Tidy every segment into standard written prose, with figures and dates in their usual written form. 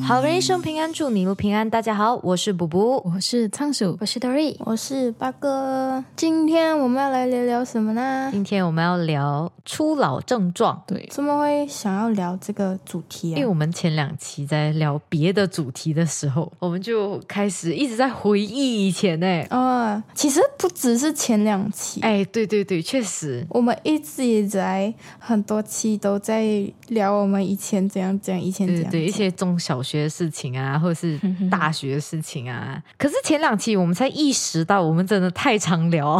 好人一生平安，祝你一路平安。大家好，我是补补， 我是仓鼠， 我是 Dory， 我是八哥。今天我们要来聊聊什么呢？ 今天我们要聊初老症状。 对， 怎么会想要聊这个主题啊？ 因为我们前2期在聊别的主题的时候，我们就开始一直在回忆以前其实不只是前2期， 对对对，确实， 我们一直以来很多期都在聊我们以前怎样，以前怎样， 对，一些中小学的事情啊，或者是大学的事情啊。可是前2期我们才意识到，我们真的太常聊，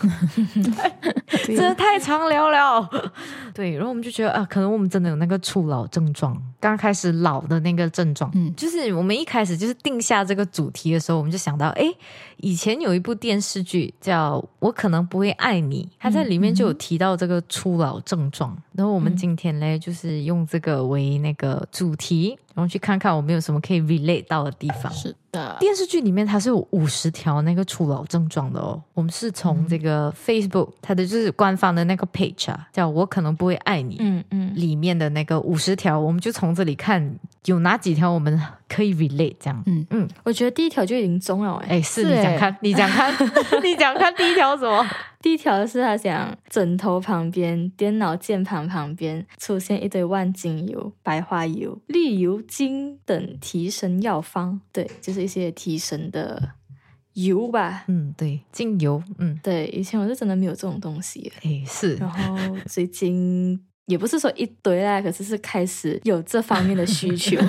真的太常聊了。对，然后我们就觉得可能我们真的有那个初老症状，刚开始老的那个症状。就是我们一开始就是定下这个主题的时候，我们就想到，以前有一部电视剧叫《我可能不会爱你》，它在里面就有提到这个初老症状。然后我们今天呢，就是用这个为那个主题，然后去看看我们有什么可以 relate 到的地方。 是的， 电视剧里面它是有50条那个初老症状的哦。我们是从这个 Facebook 它的就是官方的那个 page 啊，叫我可能不会爱你，里面的那个50条，我们就从这里看有哪几条我们可以 relate 这样。 我觉得第一条就已经中了是你讲看，你讲看，你讲看第一条什么？ 第一条是他讲枕头旁边、电脑键盘旁边出现一堆万金油、白花油、绿油精等提神药方，对，就是一些提神的油吧。 对，精油。 对，以前我是真的没有这种东西。 是。 然后最近也不是说一堆啦，可是开始有这方面的需求。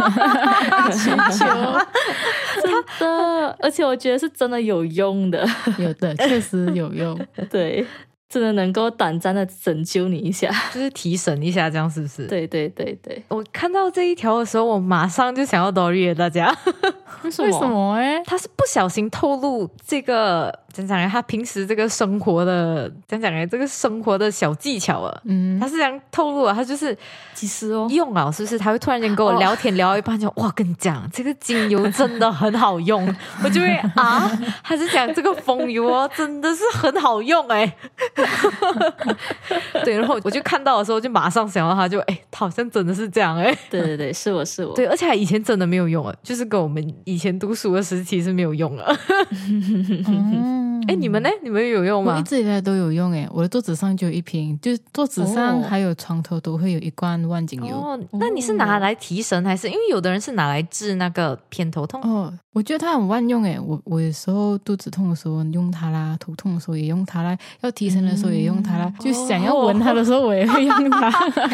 真的，而且我觉得是真的有用的。 有的，确实有用。 对，真的能够短暂的拯救你一下， 就是提神一下，这样是不是？ 对对对对。 我看到这一条的时候，我马上就想要 Dory 大家。 为什么他是不小心透露这个怎讲他平时这个生活的怎讲这个生活的小技巧啊。他是这样透露啊，他就是其实用啊，是不是？他会突然间跟我聊天聊一半就哇，跟你讲这个精油真的很好用，我就会他是讲这个风油真的是很好用对，然后我就看到的时候就马上想到他就他好像真的是这样对对对，是我对，而且他以前真的没有用就是跟我们以前读书的时期是没有用的。你们呢？你们有用吗？ 我一直以来都有用我的桌子上就有一瓶，就是桌子上还有床头都会有一罐万金油。 那你是拿来提神还是因为有的人是拿来治那个偏头痛？ 我觉得它很万用我有时候肚子痛的时候用它啦，头痛的时候也用它啦，要提神的时候也用它啦，就想要闻它的时候我也会用它。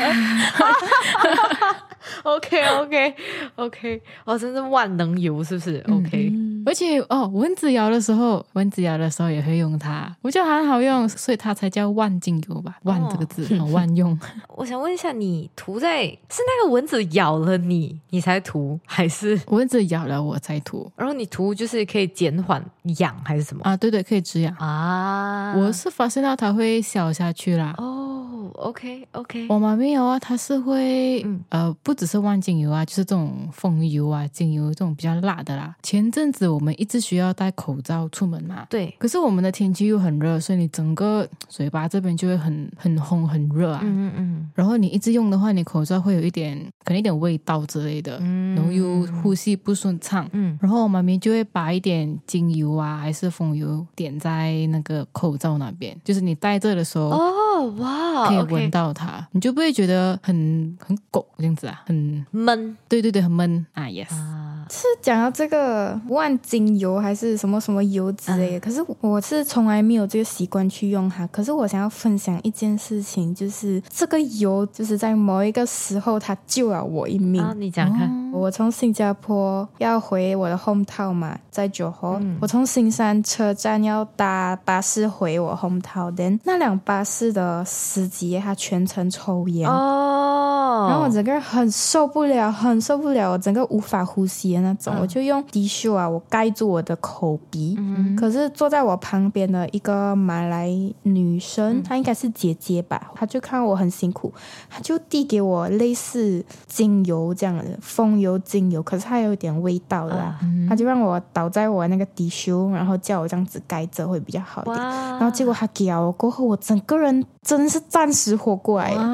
OK， 真是万能油是不是？OK， 而且蚊子咬的时候也会用它，我觉得很好用，所以它才叫万金油吧。万这个字万用。 我想问一下，你涂在是那个蚊子咬了你才涂，还是蚊子咬了我才涂？ 然后你涂就是可以减缓痒还是什么对对，可以止痒我是发现到它会消下去啦。 OK， 我妈没有它是会不只是万金油就是这种风油精油这种比较辣的啦。前阵子我们一直需要戴口罩出门嘛， 对， 可是我们的天气又很热，所以你整个嘴巴这边就会很红很热然后你一直用的话，你口罩会有可能一点味道之类的，然后又呼吸不顺畅然后我妈咪就会把一点精油还是风油点在那个口罩那边，就是你戴着的时候可以闻到它你就不会觉得很狗这样子很闷。 对对对，很闷yes 是讲到这个万金油还是什么什么油之类的可是我是从来没有这个习惯去用它。可是我想要分享一件事情，就是这个油就是在某一个时候它救了我一命你讲看我从新加坡要回我的 hometown 嘛，在九河我从新山车站要搭巴士回我 hometown， then 那辆巴士的司机他全程抽烟然后我整个人很受不了，我整个无法呼吸的那种我就用 tissue 我盖住我的口鼻可是坐在我旁边的一个马来女生她应该是姐姐吧，她就看我很辛苦，她就递给我类似精油这样的风油精油，可是它有点味道的她就让我倒在我那个 tissue， 然后叫我这样子盖着会比较好一点然后结果她给了我过后，我整个人真的是暂时活过来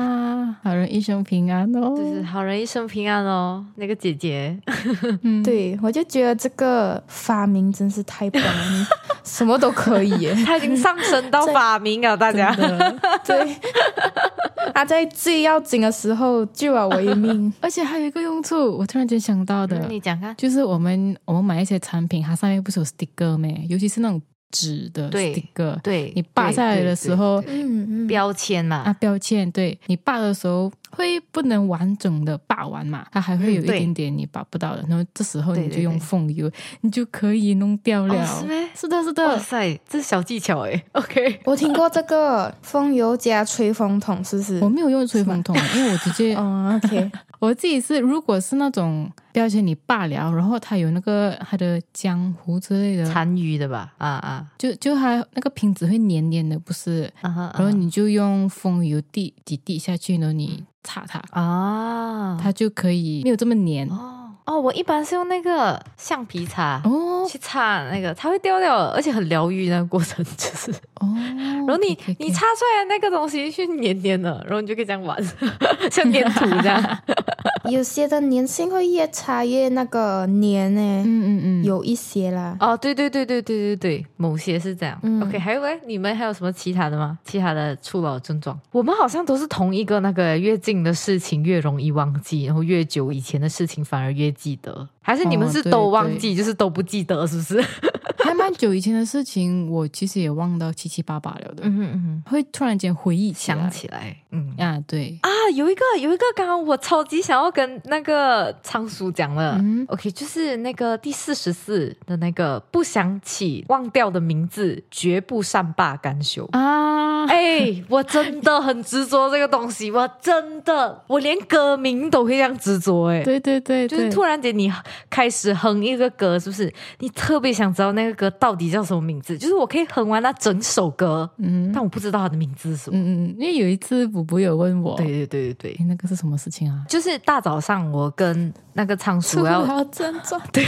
好人一生平安哦， 就是好人一生平安哦，那个姐姐。 对，我就觉得这个发明真是太棒了，什么都可以耶。 他已经上升到发明了，大家。 对，他在最要紧的时候救了我一命。 而且还有一个用处，我突然间想到的， 你讲看， 就是我们买一些产品，它上面不是有 sticker 咩？尤其是那种纸的 sticker， 对， 你拔下来的时候， 标签嘛， 标签，对，你拔的时候会不能完整的拔完嘛，它还会有一点点你拔不到的，然后这时候你就用风油，你就可以弄掉了。 是吗？ 是的，是的。 哇塞，这是小技巧诶。OK， 我听过这个风油加吹风筒，是不是？ 我没有用吹风筒，因为我直接 OK， 我自己是，如果是那种标签你罢了，然后它有那个它的浆糊之类的残余的吧， 就它那个瓶子会黏黏的，不是？然后你就用风油滴几滴下去，然后你擦它它就可以没有这么黏。 我一般是用那个橡皮擦去擦那个，它会掉掉，而且很疗愈那个过程，就是然后你擦出来的那个东西是黏黏的，然后你就可以这样玩，像粘土这样。 有些的粘性会越擦越那个黏诶，有一些啦。 对，某些是这样。OK， 还有你们还有什么其他的吗？其他的初老症状？我们好像都是同一个那个，越近的事情越容易忘记，然后越久以前的事情反而越记得，还是你们是都忘记，就是都不记得，是不是？ 还蛮久以前的事情，我其实也忘到七七八八了的。会突然间回忆起来想起来。 对有一个，刚刚我超级想要跟那个仓鼠讲了。OK， 就是那个第44的那个不想起忘掉的名字，绝不善罢甘休啊！我真的很执着这个东西，我连歌名都会这样执着。 对， 就是突然间你开始哼一个歌，是不是？你特别想知道那个歌到底叫什么名字？就是我可以哼完那整首歌，但我不知道它的名字是什么。 因为有一次补补有问我， 对， 那个是什么事情啊？ 就是大早上我跟那个仓鼠要症状， 对，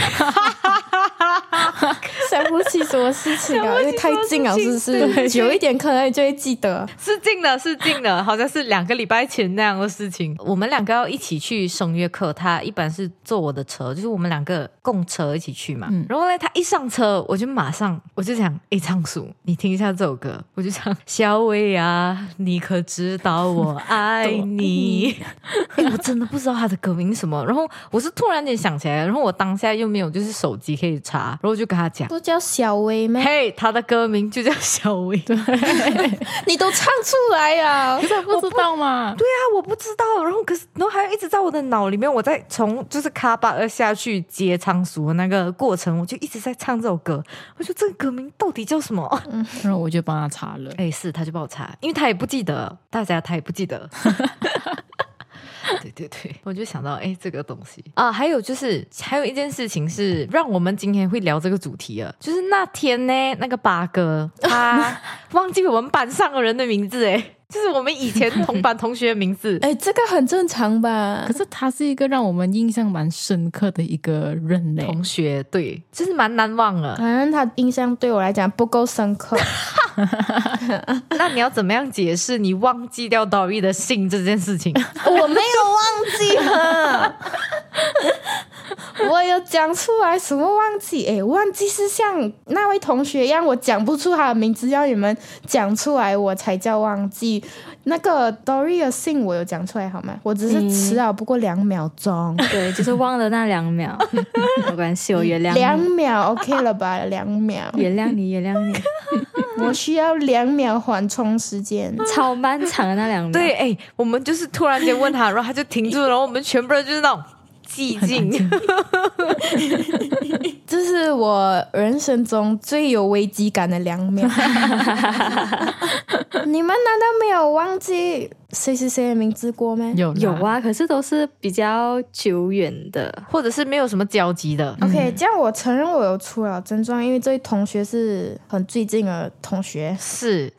想不起什么事情啊，因为太近了，是不是？久一点可能你就会记得。 是近的，好像是2个礼拜前那样的事情。我们2个要一起去声乐课，他一般是坐我的车，就是我们2个共车一起去嘛。然后呢，他一上车，我就讲，仓鼠，你听一下这首歌，我就唱小薇啊，你可知道我爱你？我真的不知道他的歌名是什么，然后我是突然间想起来，然后我当下又没有就是手机可以查，然后我就跟他讲， 不叫小薇吗？ 他的歌名就叫小薇。对， 你都唱出来了， 可是不知道嘛？ 对啊，我不知道，然后还有一直在我的脑里面，我在从就是卡巴尔下去接仓鼠的那个过程，我就一直在唱这首歌，我说这个歌名到底叫什么？ 然后我就帮他查了。 他就帮我查，因为他也不记得，他也不记得。对，我就想到这个东西啊，还有一件事情是让我们今天会聊这个主题了，就是那天呢，那个八哥他忘记我们班上的人的名字就是我们以前同班同学的名字。 这个很正常吧？ 可是他是一个让我们印象蛮深刻的一个人类同学，对，就是蛮难忘了。 反正他印象对我来讲不够深刻。 那你要怎么样解释你忘记掉 Dory 的姓这件事情？ 我没有忘记哈。我有讲出来，什么忘记？忘记是像那位同学一样，我讲不出他的名字，要你们讲出来我才叫忘记。那个 Dory 的姓我有讲出来好吗？我只是迟了不过2秒钟。 对，就是忘了那2秒。没关系，我原谅你。 2秒 OK 了吧？2秒， 原谅你。 我需要2秒缓冲时间， 超漫长的那2秒。 对，我们就是突然间问他，然后他就停住了，然后我们全部人就是那种寂静。 这是我人生中最有危机感的2秒。你们难道没有忘记谁是谁的名字过吗？ 有啊，可是都是比较久远的， 或者是没有什么交集的。 OK， 这样我承认我有初老症状，因为这位同学是很最近的同学。 是。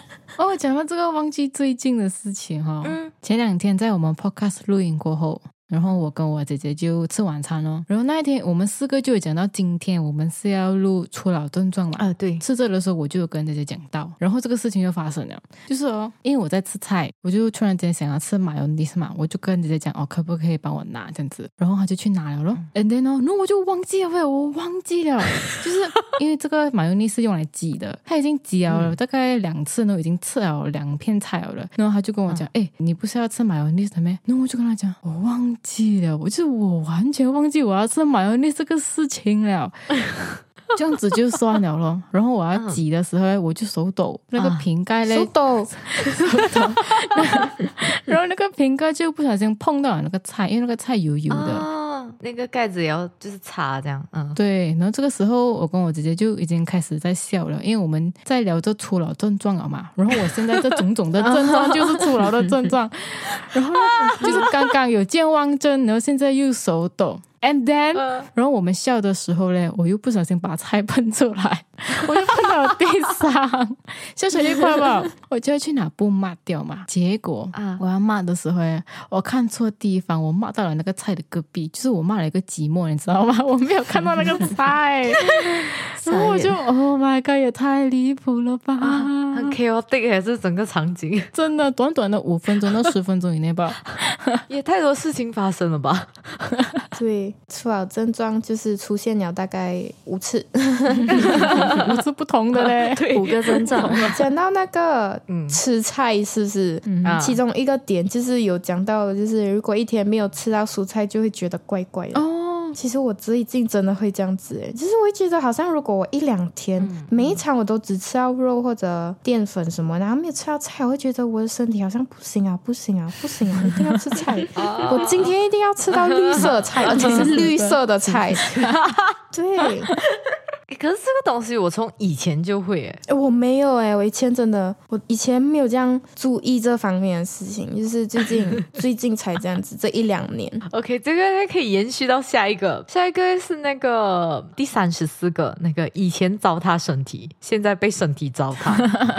讲到这个忘记最近的事情前2天在我们 podcast 录影过后， 然后我跟我姐姐就吃晚餐哦。然后那一天我们4个就有讲到今天我们是要录初老症状嘛。 对， 吃这的时候我就有跟姐姐讲到，然后这个事情就发生了，就是因为我在吃菜，我就突然间想要吃马油尼斯嘛，我就跟姐姐讲可不可以帮我拿这样子，然后她就去拿了咯。And then 然后我就忘记了，我忘记了，就是因为这个马油尼是用来挤的，他已经挤了大概2次呢，已经吃了2片菜了。然后他就跟我讲你不是要吃马油尼的咩？然后我就跟他讲我忘记了，我完全忘记我要吃马油尼这个事情了。这样子就算了咯。然后我要挤的时候我就手抖，那个瓶盖嘞手抖然后那个瓶盖就不小心碰到了那个菜，因为那个菜油油的那个盖子也要就是擦这样。 对。然后这个时候我跟我姐姐就已经开始在笑了，因为我们在聊这初老症状了嘛，然后我现在这种种的症状就是初老的症状然后就是刚刚有健忘症，然后现在又手抖And then 然后我们笑的时候呢，我又不小心把菜喷出来我就喷到地上笑成一块吧，我就要去拿布抹掉嘛。结果我要抹的时候我看错地方，我抹到了那个菜的隔壁，就是我抹了一个寂寞，你知道吗？我没有看到那个菜然后我就 Oh my god 也太离谱了吧很 chaotic 还是整个场景真的短短的5分钟到10分钟以内吧也太多事情发生了吧对，初老症状就是出现了大概5次 5次不同的嘞 5个症状讲到那个吃菜是不是其中一个点就是有讲到，就是如果一天没有吃到蔬菜就会觉得怪怪的其实我最近真的会这样子就是我会觉得好像如果我1-2天每一餐我都只吃到肉或者淀粉什么，然后没有吃到菜，我会觉得我的身体好像不行啊，一定要吃菜我今天一定要吃到绿色的菜而且是绿色的菜对可是这个东西我从以前就会我没有我以前真的我以前没有这样注意这方面的事情，就是最近才这样子这1-2年 OK 这个还可以延续到下一个是那个第34个那个以前糟蹋身体，现在被身体糟蹋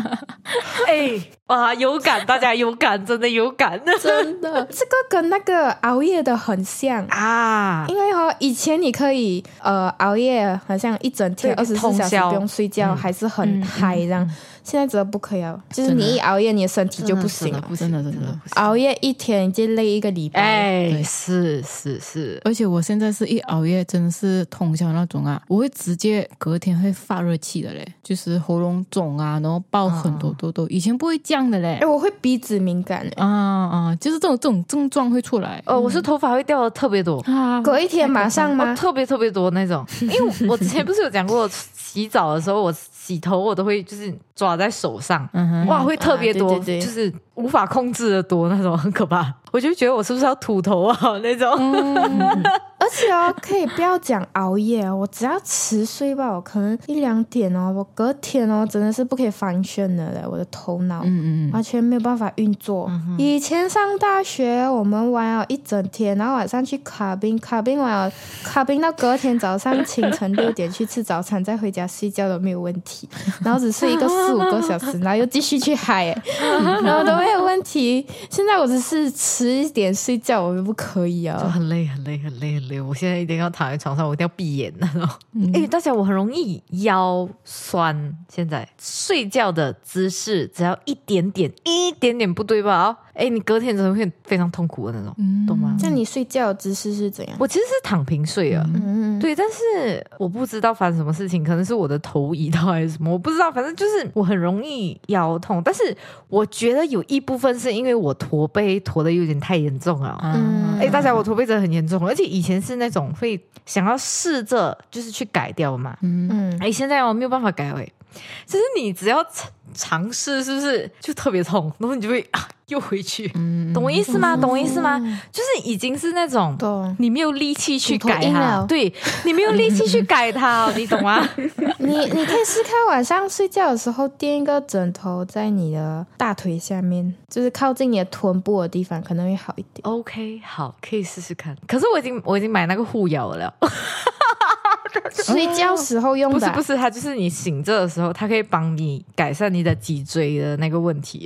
哇有感，大家有感，真的有感真的这个跟那个熬夜的很像因为以前你可以熬夜好像一整天24小时不用睡觉还是很嗨这样现在真的不可以就是你一熬夜你的身体就不行了， 真的熬夜1天就累1个礼拜对是而且我现在是一熬夜真的是通宵那种我会直接隔天会发热气的嘞，就是喉咙肿然后爆很多痘痘以前不会这样的嘞我会鼻子敏感就是这种症状会出来我是头发会掉的特别多隔一天马上吗特别多那种因为我之前不是有讲过洗澡的时候我洗头我都会就是抓在手上哇会特别多对就是无法控制的多那种，很可怕。我就觉得我是不是要秃头那种而且可以不要讲熬夜我只要迟睡吧，我可能1-2点我隔天真的是不可以function的嘞，我的头脑完全没有办法运作以前上大学我们玩了一整天，然后晚上去卡宾到隔天早上清晨6点去吃早餐再回家睡觉都没有问题，然后只睡一个4-5个小时然后又继续去嗨然后都没有问题。现在我只是迟一点睡觉我就不可以就很累，我现在一定要躺在床上，我一定要闭眼那种大家我很容易腰酸，现在睡觉的姿势只要一点点不对吧你隔天真的会非常痛苦的那种懂吗？ 像你睡觉的姿势是怎样？ 我其实是躺平睡对，但是我不知道发生什么事情，可能是我的头移到还是什么我不知道，反正就是我很容易腰痛，但是我觉得有一部分是因为我驼背驼的有点太严重了大家我驼背真的很严重，而且以前是那种会想要试着就是去改掉嘛现在我没有办法改就是你只要尝试是不是就特别痛，然后你就会又回去懂我意思吗？就是已经是那种你没有力气去改它，对，你没有力气去改它你懂吗你可以试看晚上睡觉的时候垫一个枕头在你的大腿下面，就是靠近你的臀部的地方可能会好一点。 OK 好，可以试试看。可是我已经买那个护腰了睡觉时候用的不是它就是你醒着的时候它可以帮你改善你的脊椎的那个问题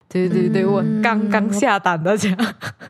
对对对，我刚刚下单的这样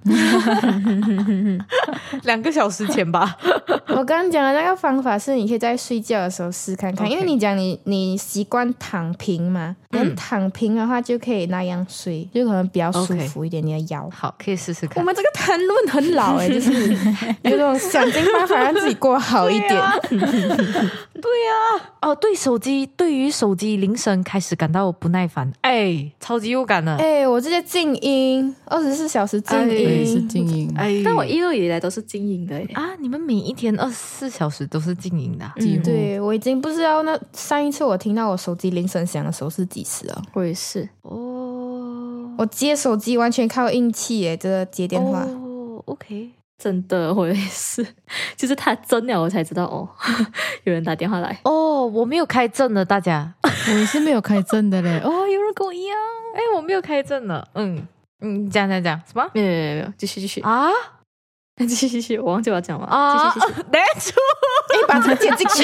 2个小时前吧。 我刚刚讲的那个方法是你可以在睡觉的时候试看看，因为你讲你习惯躺平嘛，躺平的话就可以那样睡，就可能比较舒服一点你的腰。 好，可以试试看。 我们这个谈论很老就是有种想尽办法让自己过好一点。 对啊，哦，对于手机铃声开始感到不耐烦，超级有感的。 我直接静音，24小时静音， 是静音。 但我一路以来都是静音的啊！你们每一天24小时都是静音的啊？ 对，我已经不知道那上一次我听到我手机铃声响的时候是几时了。 我也是我接手机完全靠运气耶，这个接电话。 OK， 真的我也是，就是他震了我才知道有人打电话来。 我没有开震的，大家。 我也是没有开震的嘞。有人跟我一样。 我没有开震的。讲什么？ 没有，继续啊！ 继续，我忘记我要讲了啊！ 继续， 把这个剪进去。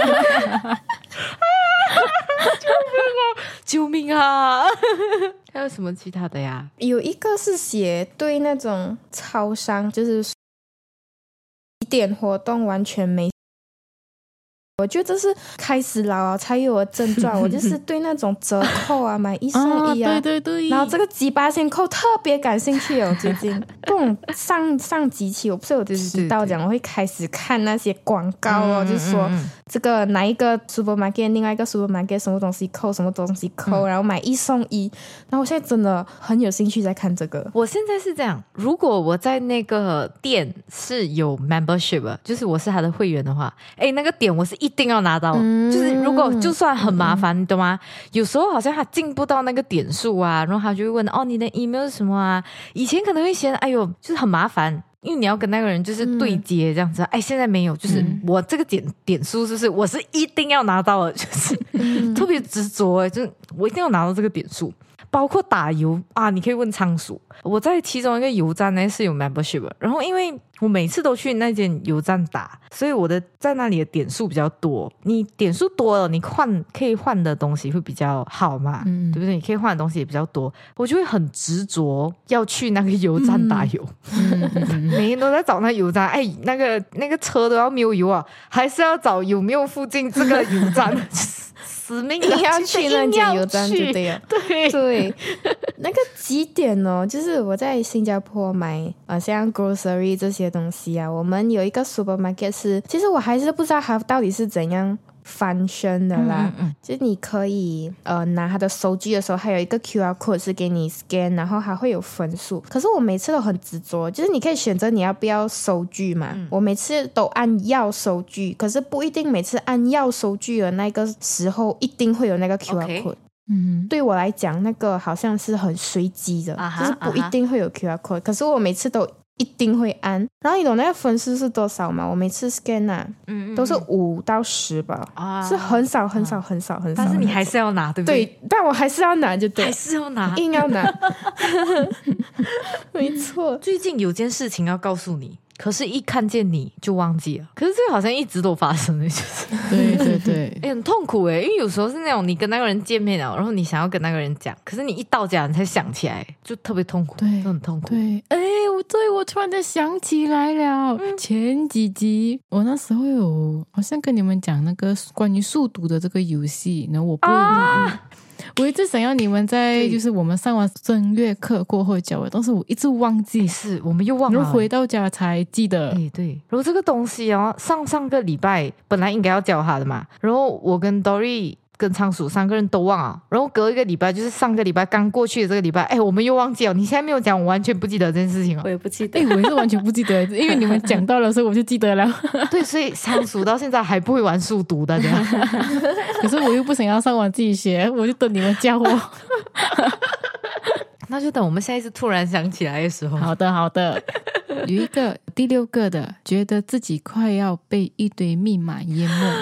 救命啊！还有什么其他的呀？ 有一个是写对那种超商，就是一点活动完全没。我觉得这是开始老才有的症状。我就是对那种折扣啊，买1送1啊， 对， 然后这个几%扣特别感兴趣哦。最近不懂上几期我不是有提到讲，我会开始看那些广告哦，就是说这个哪一个 supermarket 另外一个 supermarket 什么东西扣什么东西扣，然后买1送1。然后我现在真的很有兴趣在看这个。 我现在是这样，如果我在那个店是有 membership， 就是我是他的会员的话，那个点我是一定要拿到，就是如果就算很麻烦，你懂吗？有时候好像他进不到那个点数啊，然后他就会问你的 email 是什么啊？以前可能会嫌就是很麻烦，因为你要跟那个人就是对接这样子。现在没有，就是我这个点数是不是我是一定要拿到的，就是特别执着就是我一定要拿到这个点数。包括打油啊，你可以问仓鼠。我在其中一个油站呢是有 membership， 然后因为我每次都去那间油站打，所以我的在那里的点数比较多。你点数多了，你可以换的东西会比较好嘛，对不对？你可以换的东西也比较多，我就会很执着要去那个油站打油。每天都在找那油站，那个车都要没有油啊，还是要找有没有附近这个油站。死命要去那间油站就对了。 对， 那个几点哦，就是我在新加坡买像 grocery 这些东西啊，我们有一个 supermarket 是，其实我还是不知道它到底是怎样function的啦。就是你可以拿它的收据的时候，还有一个 QR code 是给你 scan， 然后还会有分数。可是我每次都很执着，就是你可以选择你要不要收据嘛。我每次都按要收据，可是不一定每次按要收据的那个时候一定会有那个 QR code。对我来讲那个好像是很随机的，就是不一定会有 QR code， 可是我每次都一定会按。然后你懂那个分数是多少吗？我每次 scan 啊，都是5到10吧，是很少很少很少很少。 但是你还是要拿，对不对？ 对，但我还是要拿，就对， 还是要拿， 硬要拿。没错。 最近有件事情要告诉你，可是一看见你就忘记了。可是这个好像一直都发生的，就是对， 很痛苦因为有时候是那种你跟那个人见面了，然后你想要跟那个人讲，可是你一到家你才想起来，就特别痛苦， 对， 很痛苦。 对，我突然间想起来了，前几集我那时候有好像跟你们讲那个关于速读的这个游戏，然后我一直想要你们在就是我们上完声乐课过后教我，但是我一直忘记， 是我们又忘了， 然后回到家才记得。 对，然后这个东西上个礼拜本来应该要教他的嘛，然后我跟 Dory 跟仓鼠3个人都忘了，然后隔一个礼拜就是上个礼拜刚过去的这个礼拜，我们又忘记了。你现在没有讲，我完全不记得这件事情我也不记得。 我也是完全不记得，因为你们讲到了，所以我就记得了。 对，所以仓鼠到现在还不会玩速读的。 可是我又不想要上网自己学，我就等你们教我。 那就等我们下一次突然想起来的时候。 好的。有一个第6个的，觉得自己快要被一堆密码淹没了。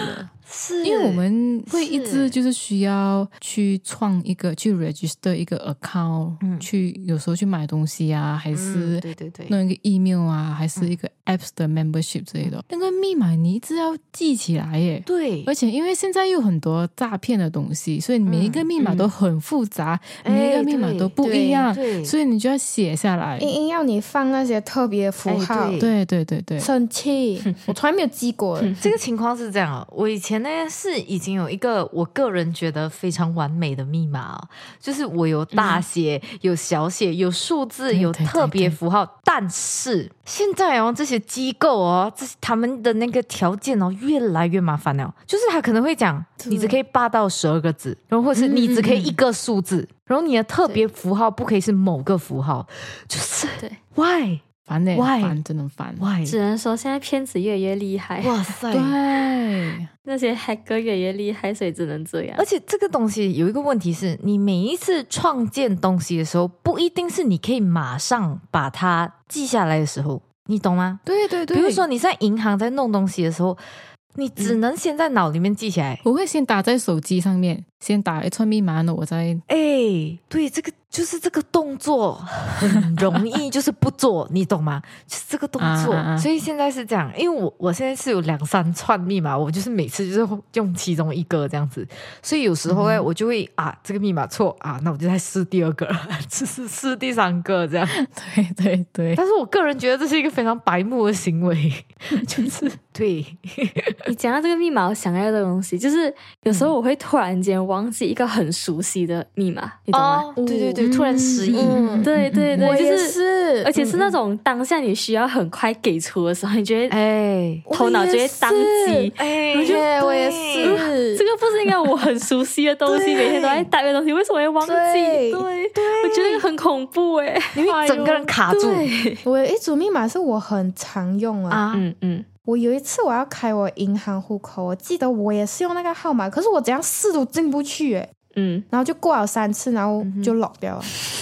是因为我们会一直就是需要去创一个去 register 一个 account，去有时候去买东西啊，还是弄一个 email 啊，还是一个 apps 的 membership 之类的，那个密码你一直要记起来耶。 对， 而且因为现在有很多诈骗的东西，所以每一个密码都很复杂，每一个密码都不一样，所以你就要写下来， 硬要你放那些特别符号， 对， 生气。我从来没有记过。 这个情况是这样，我以前呢是已经有一个我个人觉得非常完美的密码，就是我有大写，有小写，有数字，有特别符号，但是现在这些机构他们的那个条件越来越麻烦了，就是他可能会讲你只可以8到12个字，然后或是你只可以一个数字，然后你的特别符号不可以是某个符号，就是对 why 烦欸， Why？ 烦，真的烦。 Why？ 只能说现在骗子越来越厉害， 哇塞， 对， 那些 hacker 越来越厉害，所以只能这样。 而且这个东西有一个问题是，你每一次创建东西的时候，不一定是你可以马上把它记下来的时候，你懂吗？ 对， 比如说你在银行在弄东西的时候，你只能先在脑里面记起来。 我会先打在手机上面，先打一串密码呢，我再对，这个就是这个动作很容易就是不做，你懂吗？就是这个动作，所以现在是这样，因为我现在是有2-3串密码，我就是每次就是用其中一个这样子，所以有时候呢，我就会这个密码错那我就再试第2个，试第3个这样。 对。 但是我个人觉得这是一个非常白目的行为，就是对。 你讲到这个密码，我想要的东西就是有时候我会突然间忘记一个很熟悉的密码，你懂吗？ 对，突然失忆。 对， 我也是，而且是那种当下你需要很快给出的时候，你觉得头脑就会当机。 我也是， 这个不是应该我很熟悉的东西，每天都在带的东西，为什么会忘记？对，我觉得很恐怖你会整个人卡住。 我有一组密码是我很常用我有一次我要开我银行户口，我记得我也是用那个号码，可是我怎样试都进不去然后就过了3次，然后就 lock 掉了。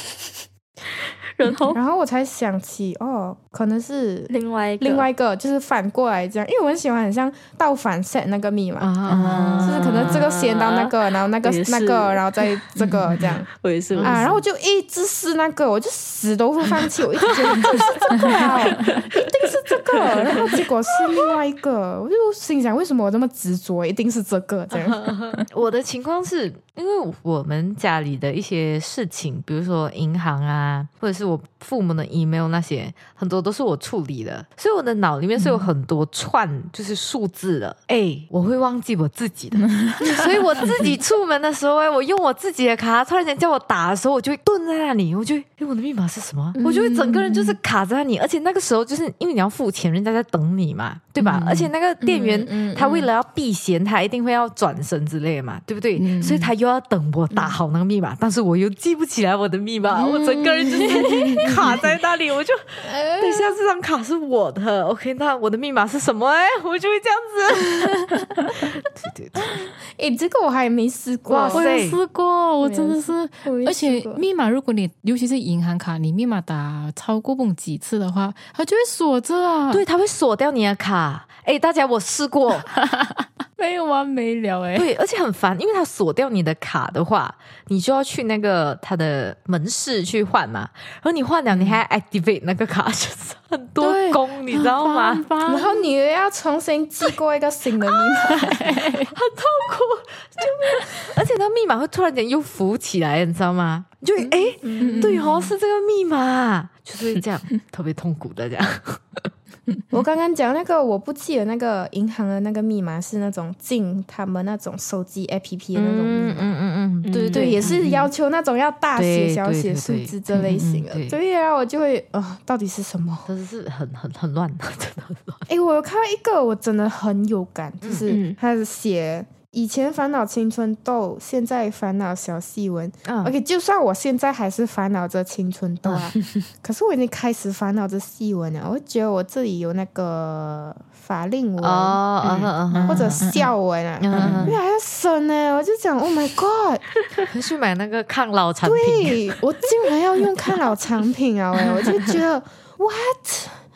然后我才想起可能是另外一个就是反过来这样，因为我很喜欢很像倒反 set 那个密码就是可能这个先到那个，然后那个然后再这个这样。 我也是然后我就一直试那个，我就死都不放弃，我一直觉得就是这个一定是这个，然后结果是另外一个，我就心想为什么我这么执着一定是这个这样。 我的情况是因为我们家里的一些事情，比如说银行或者是我父母的 email 那些，很多都是我处理的，所以我的脑里面是有很多串就是数字的。我会忘记我自己的，所以我自己出门的时候我用我自己的卡，突然间叫我打的时候，我就会顿在那里，我就会我的密码是什么？我就会整个人就是卡在那里，而且那个时候就是因为你要付钱，人家在等你嘛，对吧？而且那个店员他为了要避嫌，他一定会要转身之类的嘛，对不对？所以他又要等我打好那个密码，但是我又记不起来我的密码，我整个人就是卡在那里，我就等一下这张卡是我的 OK， 那我的密码是什么？我就会这样子。 对，这个我还没试过。 我有试过，我真的是，而且密码如果你尤其是银行卡，你密码打超过几次的话，它就会锁着对，它会锁掉你的卡。大家我试过。 没有完没了对，而且很烦，因为它锁掉你的卡的话，你就要去那个它的门市去换嘛，然后你换了，你还 activate 那个卡，就是很多工，你知道吗？ 然后你又要重新记过一个新的密码， 很痛苦，而且那密码会突然间又浮起来，你知道吗？你就对是这个密码，就是这样，特别痛苦的这样。 我刚刚讲那个我不记得那个银行的那个密码是那种进他们那种手机 APP 的那种密码，对，也是要求那种要大写小写数字这类型的。对啊，我就会到底是什么？ 真的是很乱，真的很乱。 我有看到一个我真的很有感，就是他是写以前烦恼青春痘，现在烦恼小细纹。OK， 就算我现在还是烦恼着青春痘可是我已经开始烦恼着细纹了。我觉得我这里有那个法令纹或者笑纹越来越深我就讲 Oh my God， 去买那个抗老产品。 对，我竟然要用抗老产品我就觉得 What？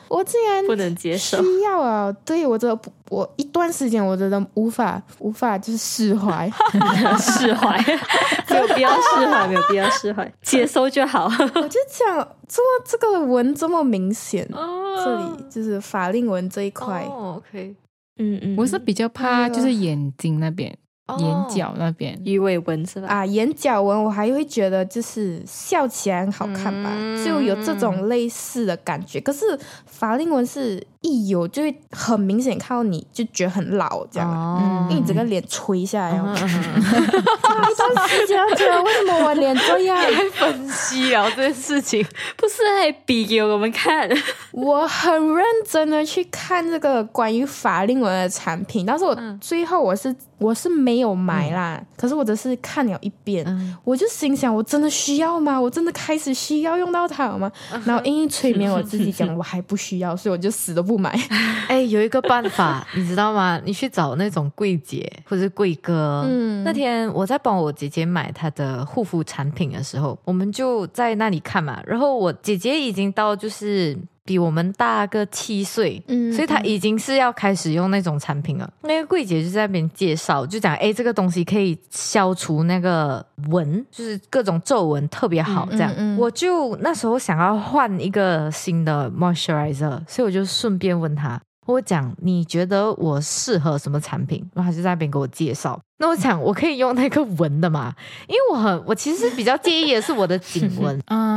我竟然不能接受， 需要啊！对我一段时间我真的无法就是释怀， 释怀，没有必要释怀，没有必要释怀，接收就好。 我就讲这个纹这么明显，这里就是法令纹这一块。 OK， 我是比较怕就是眼睛那边。眼角那边鱼尾纹是吧？ 啊，眼角纹我还会觉得就是笑起来很好看吧，就有这种类似的感觉。可是法令纹是一有就会很明显看到你就觉得很老这样，因为你整个脸垂下来。一段时间觉得为什么我脸这样？ 你还分析啊这件事情， 不是还比给我们看？ 我很认真的去看这个关于法令纹的产品，但是我最后我是没有买啦，可是我只是看了一遍，我就心想我真的需要吗？我真的开始需要用到它了吗？然后因为催眠我自己讲我还不需要，所以我就死都不买。 有一个办法你知道吗？你去找那种柜姐或者是柜哥，那天我在帮我姐姐买她的护肤产品的时候，我们就在那里看嘛，然后我姐姐已经到就是比我们大个7岁，所以她已经是要开始用那种产品了。那个柜姐就在那边介绍，就讲这个东西可以消除那个纹，就是各种皱纹特别好这样。我就那时候想要换一个新的 moisturizer， 所以我就顺便问她，我讲你觉得我适合什么产品，然后他就在那边给我介绍。那我想我可以用那个纹的嘛，因为我其实比较介意的是我的颈纹。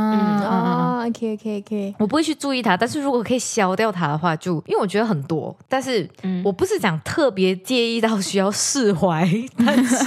OK， 我不会去注意它，但是如果可以消掉它的话，就因为我觉得很多，但是我不是讲特别介意到需要释怀，但是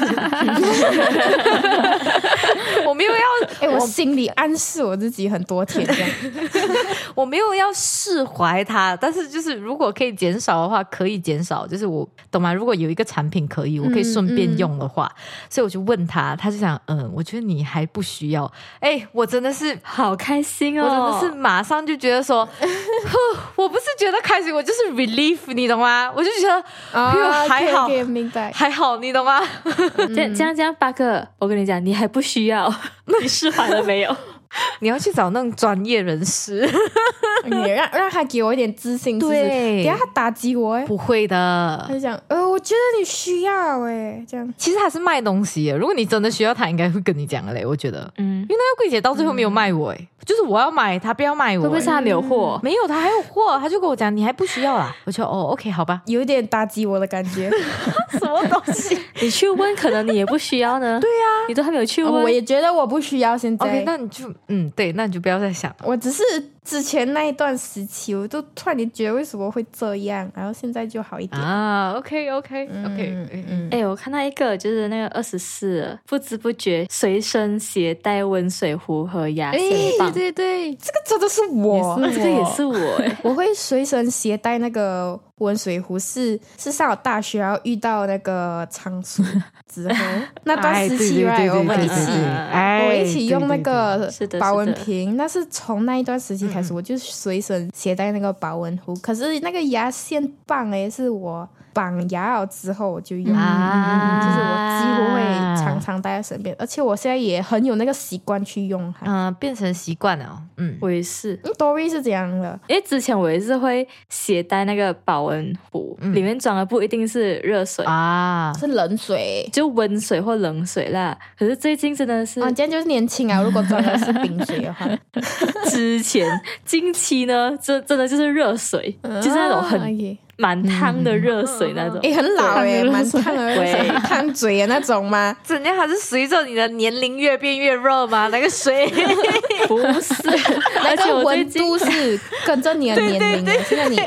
我没有要我心里暗示我自己很多天这样。 我没有要释怀它，但是就是如果可以减少的话可以减少，就是我懂吗？如果有一个产品可以我可以顺便用的话，所以我就问他就讲我觉得你还不需要。我真的是好开心哦， 我真的是马上就觉得说我不是觉得开心，我就是 relief， 你懂吗？我就觉得还好， 明白， 还好，你懂吗？ 这样巴克，我跟你讲，你还不需要，你释怀了没有？ 你要去找那种专业人士让他给我一点自信， 对， 等下他打击我不会的， 他就讲我觉得你需要这样。 其实他是卖东西耶，如果你真的需要他应该会跟你讲的嘞，我觉得因为那个柜姐到最后没有卖我就是我要买他不要卖我， 会不会是他没有货？ 没有，他还有货，他就跟我讲你还不需要啦，我就OK 好吧， 有点打击我的感觉。 什么东西？ 你去问可能你也不需要呢。 对啊， 你都还没有去问。 我也觉得我不需要现在。 OK， 那你就对，那你就不要再想了。 我只是之前那一段时期我都突然间觉得为什么会这样，然后现在就好一点 OK， 我看到一个就是那个24不知不觉随身携带温水壶和牙线棒。 对，这个真的是我， 这个也是我我会随身携带那个温水壶，是上了大学然后遇到那个仓鼠之后那段时期我们一起用那个保温瓶，那是从那一段时期开始我就随身携带那个保温壶。可是那个牙线棒是我绑牙了之后我就用，就是我几乎会常常带在身边，而且我现在也很有那个习惯去用它， 变成习惯了。 我也是。 Dory 是这样的， 因为之前我也是会携带那个保温壶，里面装的不一定是热水是冷水， 就温水或冷水啦。可是最近真的是这样就是年轻如果装的是冰水的话之前近期呢真的就是热水，就是那种很蛮烫的热水那种， 很老蛮烫的热水，烫嘴的那种吗？ 怎样？还是随着你的年龄越变越热吗？那个水不是， 那个温度是跟着你的年龄的。现在你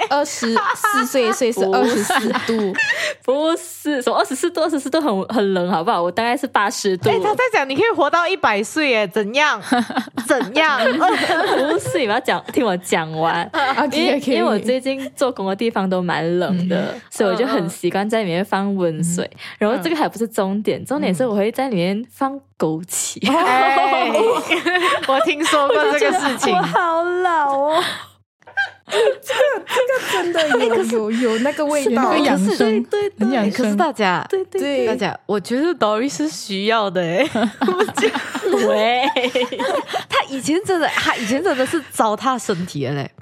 24岁，所以是24度， 不是什么24度很冷，好不好？我大概是80度。 他在讲你可以活到100岁耶，怎样？怎样？ 不是，你要听我讲完。因为我最近做工的地方都蛮冷的，所以我就很习惯在里面放温水。然后这个还不是重点，重点是我会在里面放枸杞。 我听说过这个事情， 我好老哦。 这个真的有那个味道， 养生， 对， 很养生。 可是大家对大家，我觉得 Dory 是需要的对， 他以前真的是糟蹋身体的嘞。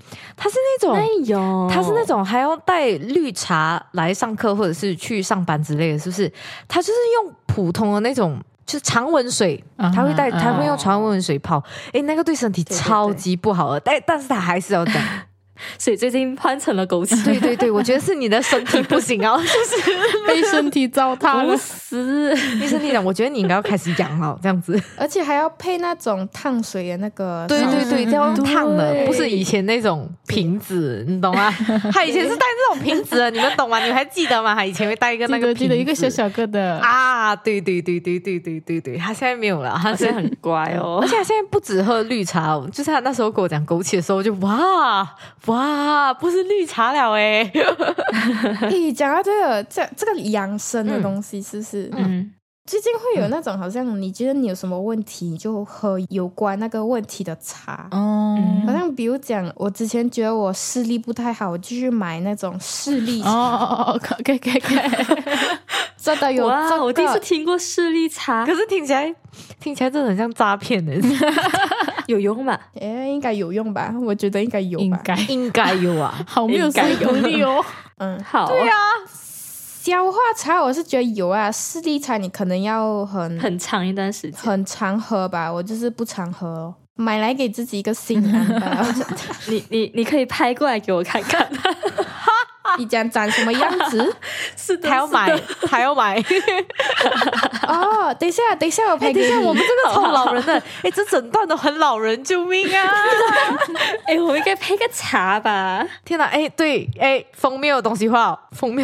他是那种还要带绿茶来上课或者是去上班之类的，是不是？他就是用普通的那种就是常温水，他会用常温水泡，那个对身体超级不好的，但是他还是要这样。 所以最近换成了枸杞。 对对对，我觉得是你的身体不行啊，就是被身体糟蹋了。 不是， 你身体讲，我觉得你应该要开始养了这样子， 而且还要配那种烫水的那个。 对对对，要用烫的，不是以前那种瓶子，你懂吗？他以前是带这种瓶子的，你们懂吗？你们还记得吗？他以前会带一个那个瓶子， 记得一个小小个的啊，对对对对对对对对，他现在没有了，他现在很乖哦，而且他现在不只喝绿茶哦，就是他那时候跟我讲枸杞的时候，我就哇，不是绿茶了哎！ 讲到这个养生的东西，是不是？最近会有那种好像你觉得你有什么问题，你就喝有关那个问题的茶。好像比如讲，我之前觉得我视力不太好，我就去买那种视力茶。 可以。 真的有哇！我第一次听过视力茶， 可是听起来真的很像诈骗的。 有用吧？ 应该有用吧？我觉得应该有吧？ 应该有啊， 好没有说服力哦。 好。 对啊， 消化茶我是觉得有啊，视力茶你可能要很长一段时间， 很常喝吧。我就是不常喝哦，买来给自己一个心安吧。 你可以拍过来给我看看。 你讲长什么样子？ 是的， 还要买。 哦，等一下，我拍给你。 我们这个超老人的，这整段都很老人，救命啊！ 我们应该配个茶吧？ 天哪，对，封面有东西画，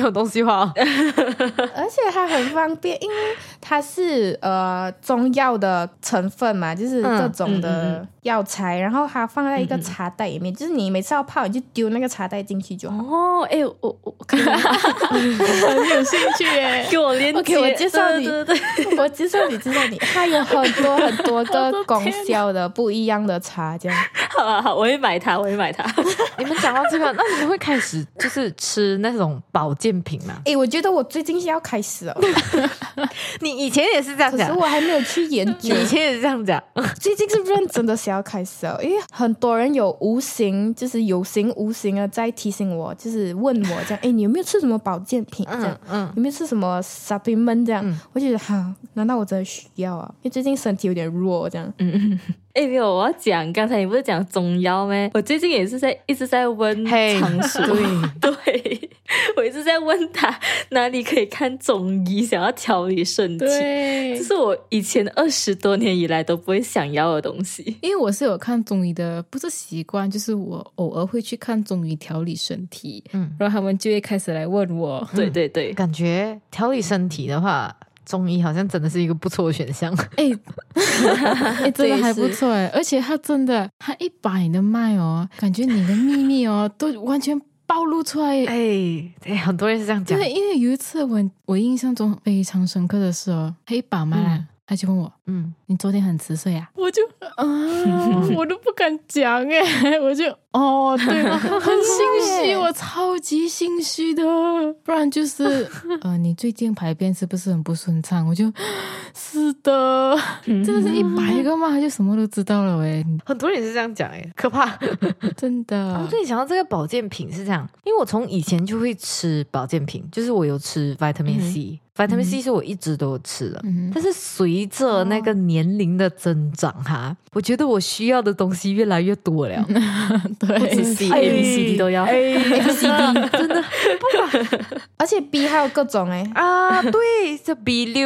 而且它很方便，因为它是中药的成分嘛，就是这种的药材，然后它放在一个茶袋里面，就是你每次要泡，你就丢那个茶袋进去就好。 我可能很有兴趣耶， 给我连接。 我介绍你， 对， 我介绍你，它有很多个功效的不一样的茶，这样。 好，我会买它。 你们讲到这个，那你们会开始就是吃那种保健品吗？ 我觉得我最近是要开始了。 你以前也是这样讲， 可是我还没有去研究。 你以前也是这样讲， 最近是认真的想要开始了，因为很多人有无形，就是有形无形的在提醒我，就是问我这样，你有没有吃什么保健品？这样，有没有吃什么 supplement？ 这样，我觉得难道我真的需要啊？因为最近身体有点弱，这样。 没有，我要讲，刚才你不是讲中药吗？我最近也是一直在问常叔，对，我一直在问他哪里可以看中医，想要调理身体，这是我以前20多年以来都不会想要的东西。 因为我是有看中医的，不是习惯，就是我偶尔会去看中医调理身体，然后他们就会开始来问我， 对， 感觉调理身体的话，中医好像真的是一个不错的选项。 真的还不错而且他一把你的脉感觉你的秘密都完全暴露出来。 很多人是这样讲。 对，因为有一次我印象中非常深刻的是他一把脉他就问我你昨天很迟睡啊？我就我都不敢讲我就对很心虚，我超级心虚的，不然就是你最近排便是不是很不顺畅？我就是的，真的是100个嘛，他就什么都知道了很多人也是这样讲可怕， 真的。 我跟你讲到这个保健品是这样，因为我从以前就会吃保健品，就是我有吃 Vitamin C。Vitamin C 是我一直都有吃的，但是随着那个年龄的增长我觉得我需要的东西越来越多了。 对， 不止 C、A、B、C、D 都要 ，A、B、C、D 真的不管， 而且 B 还有各种对，这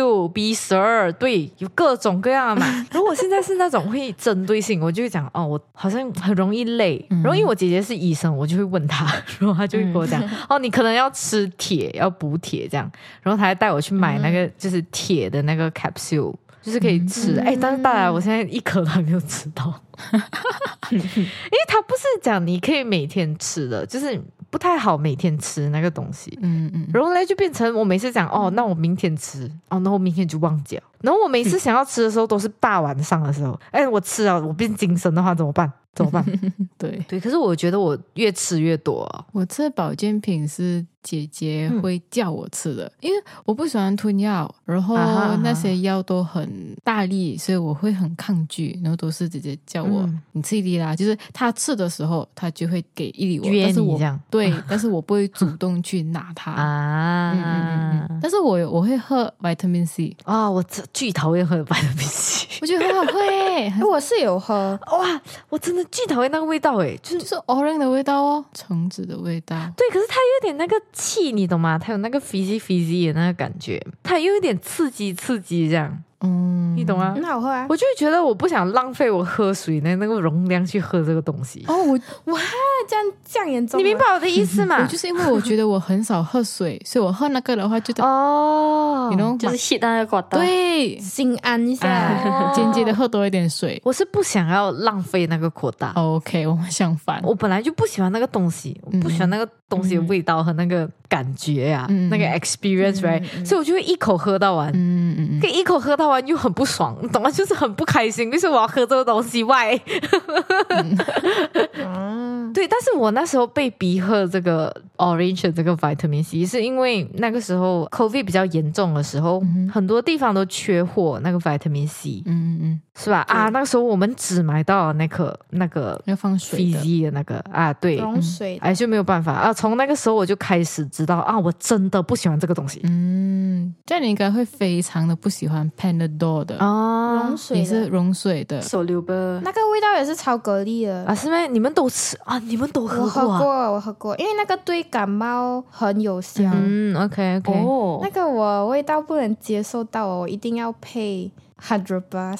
B6、B12，对，有各种各样的嘛。然后我现在是那种会针对性，我就会讲我好像很容易累，然后因为我姐姐是医生，我就会问她，然后她就会跟我讲你可能要吃铁，要补铁这样，然后她还带我去买那个就是铁的那个 capsule， 就是可以吃但是当然我现在一颗都还没有吃到。因为它不是讲你可以每天吃的，就是不太好每天吃那个东西。然后呢就变成我每次讲那我明天吃那我明天就忘记了。然后我每次想要吃的时候都是大晚上的时候我吃了我变精神的话怎么办？ 怎么办？ 对对，可是我觉得我越吃越多我吃保健品是姐姐会叫我吃的，因为我不喜欢吞药，然后那些药都很大力，所以我会很抗拒，然后都是姐姐叫我你吃一粒啦，就是她吃的时候她就会给一粒我， 约但是我你这样对，但是我不会主动去拿它但是我会喝 vitamin C 我巨讨厌喝 vitamin C， 我觉得很好喝耶我是有喝哇，我真的巨讨厌那个味道诶， 就是 orange 的味道哦，橙子的味道。 对，可是它有点那个气，你懂吗？它有那个 fizzy 的那个感觉，它有一点刺激这样。你懂吗？ 很好喝啊！ 我就会觉得我不想浪费我喝水的那个容量去喝这个东西。 哇，这样严重？ 你明白我的意思吗？ 我就是因为我觉得我很少喝水，所以我喝那个的话就就是 hit 那个管道， 对， 心安一下， 间接的喝多一点水。 我是不想要浪费那个扩大。 OK， 我们相反， 我本来就不喜欢那个东西，我不喜欢那个东西的味道和那个感觉啊，那个 experience，right？所以我就会一口喝到完，跟一口喝到完又很不爽，你懂吗？就是很不开心，就是我要喝这个东西，why？对，但是我那时候被逼喝这个 orange 的这个 vitamin C， 是因为那个时候 COVID 比较严重的时候，很多地方都缺货那个 vitamin C，是吧？那个时候我们只买到那个要放水的 fizzy 的那个对， 溶水就没有办法从那个时候我就开始知道我真的不喜欢这个东西。 这样你应该会非常的不喜欢 Panadol 的溶水的， 也是溶水的手榴吧， 那个味道也是超蛤蜊的是吗？你们都吃你们都喝过我喝过，因为那个对感冒很有效。 OK 那个我味道不能接受到我一定要配 100 bus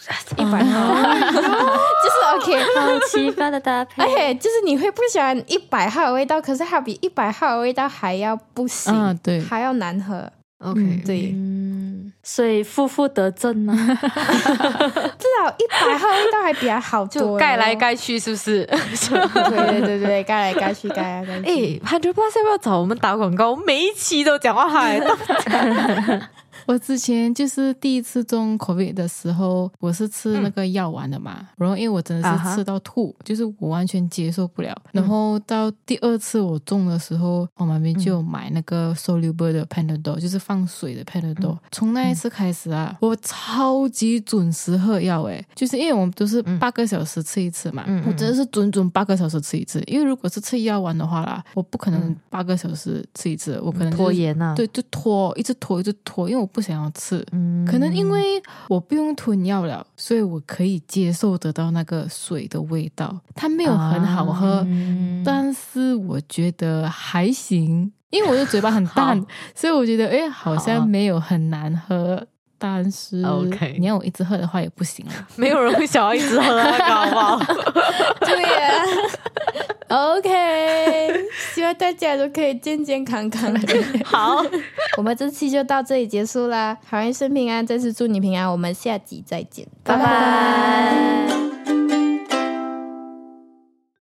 100号就是 OK 好奇怪的搭配。 而且就是你会不喜欢100号的味道，可是它比100号的味道还要不行， 对， 还要难喝。 OK， 对， 所以负得正吗？ 至少100号味道还比较好多， 就盖来盖去，是不是？ 对，盖来盖去，盖来盖去。 100+ 要不要找我们打广告？每一期都讲话嗨。 我之前就是第一次中 COVID 的时候，我是吃那个药丸的嘛，然后因为我真的是吃到吐，就是我完全接受不了。然后到第二次我中的时候，我妈咪就有买那个 soluble 的 Panadol， 就是放水的 Panadol。从那一次开始我超级准时喝药就是因为我们都是8个小时吃一次嘛，我真的是准8个小时吃一次。因为如果是吃药丸的话啦，我不可能8个小时吃一次，我可能拖延对，就一直拖，因为我不想要吃。可能因为我不用吞药了，所以我可以接受得到那个水的味道。它没有很好喝，但是我觉得还行，因为我的嘴巴很淡，所以我觉得好像没有很难喝。但是你要我一直喝的话也不行没有人会想要一直喝那个，好不好？ 对呀。OK， 希望大家都可以健健康康的。 好， 我们这期就到这里结束啦。好人生平安，再次祝你平安，我们下集再见， 拜拜。